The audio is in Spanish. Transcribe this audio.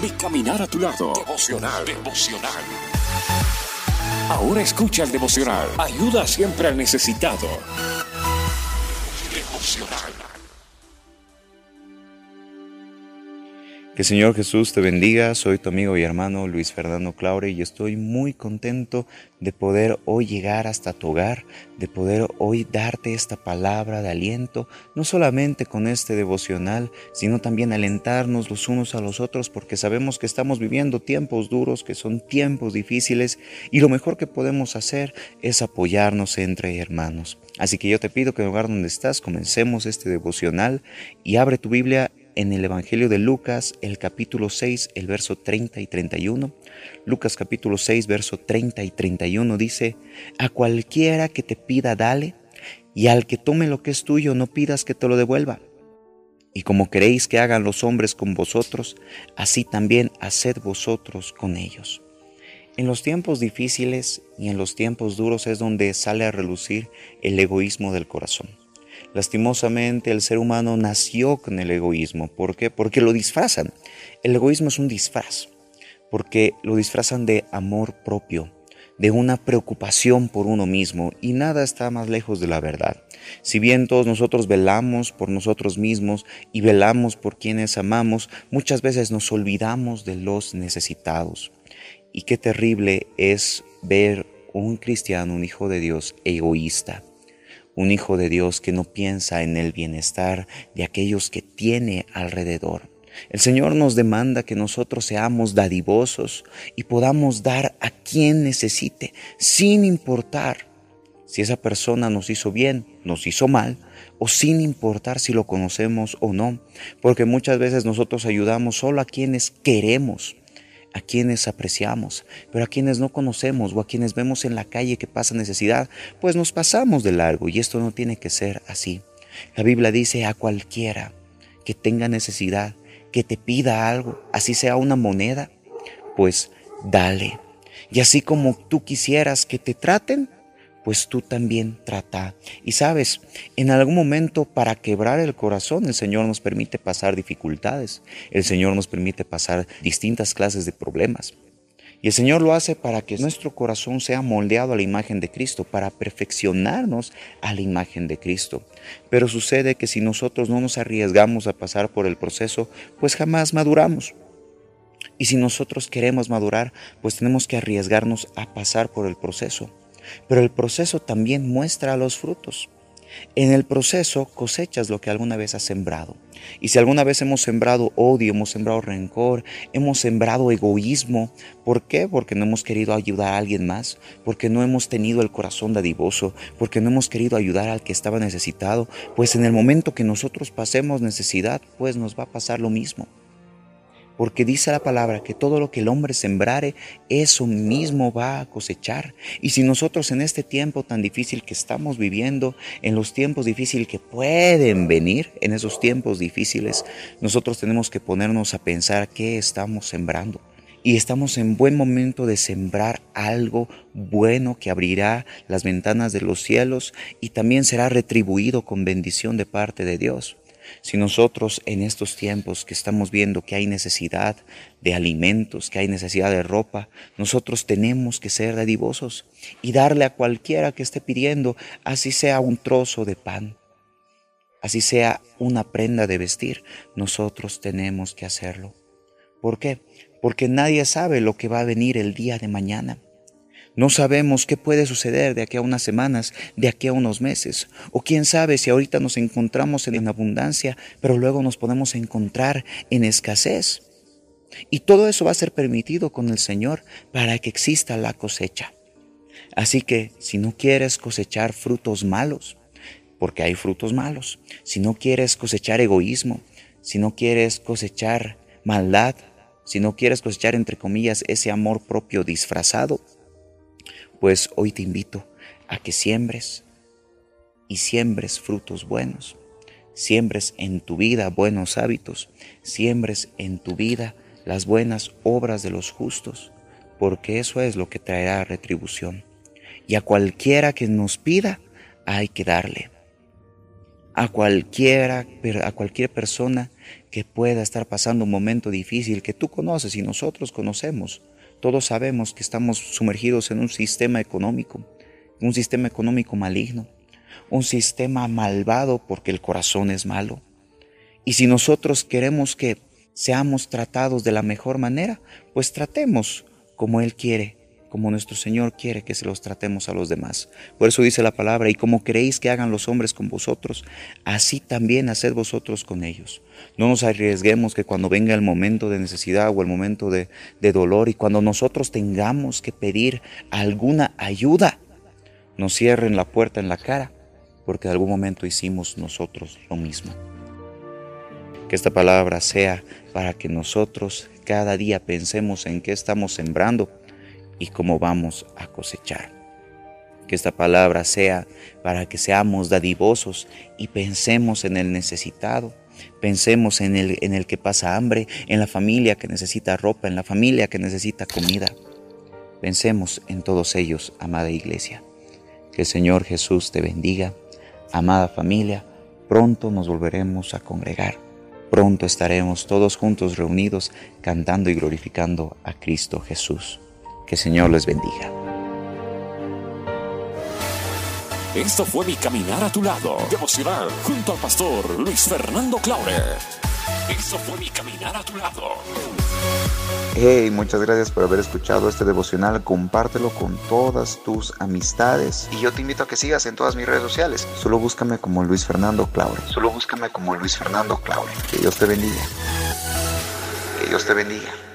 y caminar a tu lado. Devocional. Ahora escucha el devocional. Ayuda siempre al necesitado. Devocional. Que el Señor Jesús te bendiga. Soy tu amigo y hermano Luis Fernando Claure y estoy muy contento de poder hoy llegar hasta tu hogar, de poder hoy darte esta palabra de aliento, no solamente con este devocional, sino también alentarnos los unos a los otros, porque sabemos que estamos viviendo tiempos duros, que son tiempos difíciles, y lo mejor que podemos hacer es apoyarnos entre hermanos. Así que yo te pido que en el lugar donde estás comencemos este devocional y abre tu Biblia en el Evangelio de Lucas, el capítulo 6, el verso 30 y 31. Lucas capítulo 6, verso 30 y 31 dice: a cualquiera que te pida, dale, y al que tome lo que es tuyo, no pidas que te lo devuelva. Y como queréis que hagan los hombres con vosotros, así también haced vosotros con ellos. En los tiempos difíciles y en los tiempos duros es donde sale a relucir el egoísmo del corazón. Lastimosamente el ser humano nació con el egoísmo. ¿Por qué? Porque lo disfrazan. El egoísmo es un disfraz, porque lo disfrazan de amor propio, de una preocupación por uno mismo, y nada está más lejos de la verdad. Si bien todos nosotros velamos por nosotros mismos y velamos por quienes amamos, muchas veces nos olvidamos de los necesitados. Y qué terrible es ver un cristiano, un hijo de Dios egoísta. Un hijo de Dios que no piensa en el bienestar de aquellos que tiene alrededor. El Señor nos demanda que nosotros seamos dadivosos y podamos dar a quien necesite, sin importar si esa persona nos hizo bien, nos hizo mal, o sin importar si lo conocemos o no, porque muchas veces nosotros ayudamos solo a quienes queremos, a quienes apreciamos, pero a quienes no conocemos o a quienes vemos en la calle que pasa necesidad, pues nos pasamos de largo, y esto no tiene que ser así. La Biblia dice: a cualquiera que tenga necesidad, que te pida algo, así sea una moneda, pues dale. Y así como tú quisieras que te traten, pues tú también trata. Y sabes, en algún momento para quebrar el corazón el Señor nos permite pasar dificultades. El Señor nos permite pasar distintas clases de problemas. Y el Señor lo hace para que nuestro corazón sea moldeado a la imagen de Cristo, para perfeccionarnos a la imagen de Cristo. Pero sucede que si nosotros no nos arriesgamos a pasar por el proceso, pues jamás maduramos. Y si nosotros queremos madurar, pues tenemos que arriesgarnos a pasar por el proceso. Pero el proceso también muestra los frutos. En el proceso cosechas lo que alguna vez has sembrado. Y si alguna vez hemos sembrado odio, hemos sembrado rencor, hemos sembrado egoísmo, ¿por qué? Porque no hemos querido ayudar a alguien más, porque no hemos tenido el corazón dadivoso, porque no hemos querido ayudar al que estaba necesitado, pues en el momento que nosotros pasemos necesidad, pues nos va a pasar lo mismo. Porque dice la palabra que todo lo que el hombre sembrare, eso mismo va a cosechar. Y si nosotros en este tiempo tan difícil que estamos viviendo, en los tiempos difíciles que pueden venir, en esos tiempos difíciles, nosotros tenemos que ponernos a pensar qué estamos sembrando. Y estamos en buen momento de sembrar algo bueno que abrirá las ventanas de los cielos y también será retribuido con bendición de parte de Dios. Si nosotros en estos tiempos que estamos viendo que hay necesidad de alimentos, que hay necesidad de ropa, nosotros tenemos que ser dadivosos y darle a cualquiera que esté pidiendo, así sea un trozo de pan, así sea una prenda de vestir, nosotros tenemos que hacerlo. ¿Por qué? Porque nadie sabe lo que va a venir el día de mañana. No sabemos qué puede suceder de aquí a unas semanas, de aquí a unos meses. O quién sabe si ahorita nos encontramos en abundancia, pero luego nos podemos encontrar en escasez. Y todo eso va a ser permitido con el Señor para que exista la cosecha. Así que si no quieres cosechar frutos malos, porque hay frutos malos, si no quieres cosechar egoísmo, si no quieres cosechar maldad, si no quieres cosechar, entre comillas, ese amor propio disfrazado, pues hoy te invito a que siembres y siembres frutos buenos, siembres en tu vida buenos hábitos, siembres en tu vida las buenas obras de los justos, porque eso es lo que traerá retribución. Y a cualquiera que nos pida, hay que darle. a cualquier persona que pueda estar pasando un momento difícil que tú conoces y nosotros conocemos. Todos sabemos que estamos sumergidos en un sistema económico maligno, un sistema malvado porque el corazón es malo. Y si nosotros queremos que seamos tratados de la mejor manera, pues tratemos como Él quiere, como nuestro Señor quiere que se los tratemos a los demás. Por eso dice la palabra: y como queréis que hagan los hombres con vosotros, así también haced vosotros con ellos. No nos arriesguemos que cuando venga el momento de necesidad o el momento de dolor, y cuando nosotros tengamos que pedir alguna ayuda, nos cierren la puerta en la cara, porque en algún momento hicimos nosotros lo mismo. Que esta palabra sea para que nosotros cada día pensemos en qué estamos sembrando y cómo vamos a cosechar. Que esta palabra sea para que seamos dadivosos y pensemos en el necesitado. Pensemos en el que pasa hambre, en la familia que necesita ropa, en la familia que necesita comida. Pensemos en todos ellos, amada iglesia. Que el Señor Jesús te bendiga. Amada familia, pronto nos volveremos a congregar. Pronto estaremos todos juntos reunidos cantando y glorificando a Cristo Jesús. Que el Señor les bendiga. Esto fue Mi Caminar a tu Lado, devocional junto al pastor Luis Fernando Claure. Esto fue Mi Caminar a tu Lado. Hey, muchas gracias por haber escuchado este devocional. Compártelo con todas tus amistades. Y yo te invito a que sigas en todas mis redes sociales. Solo búscame como Luis Fernando Claure. Que Dios te bendiga. Que Dios te bendiga.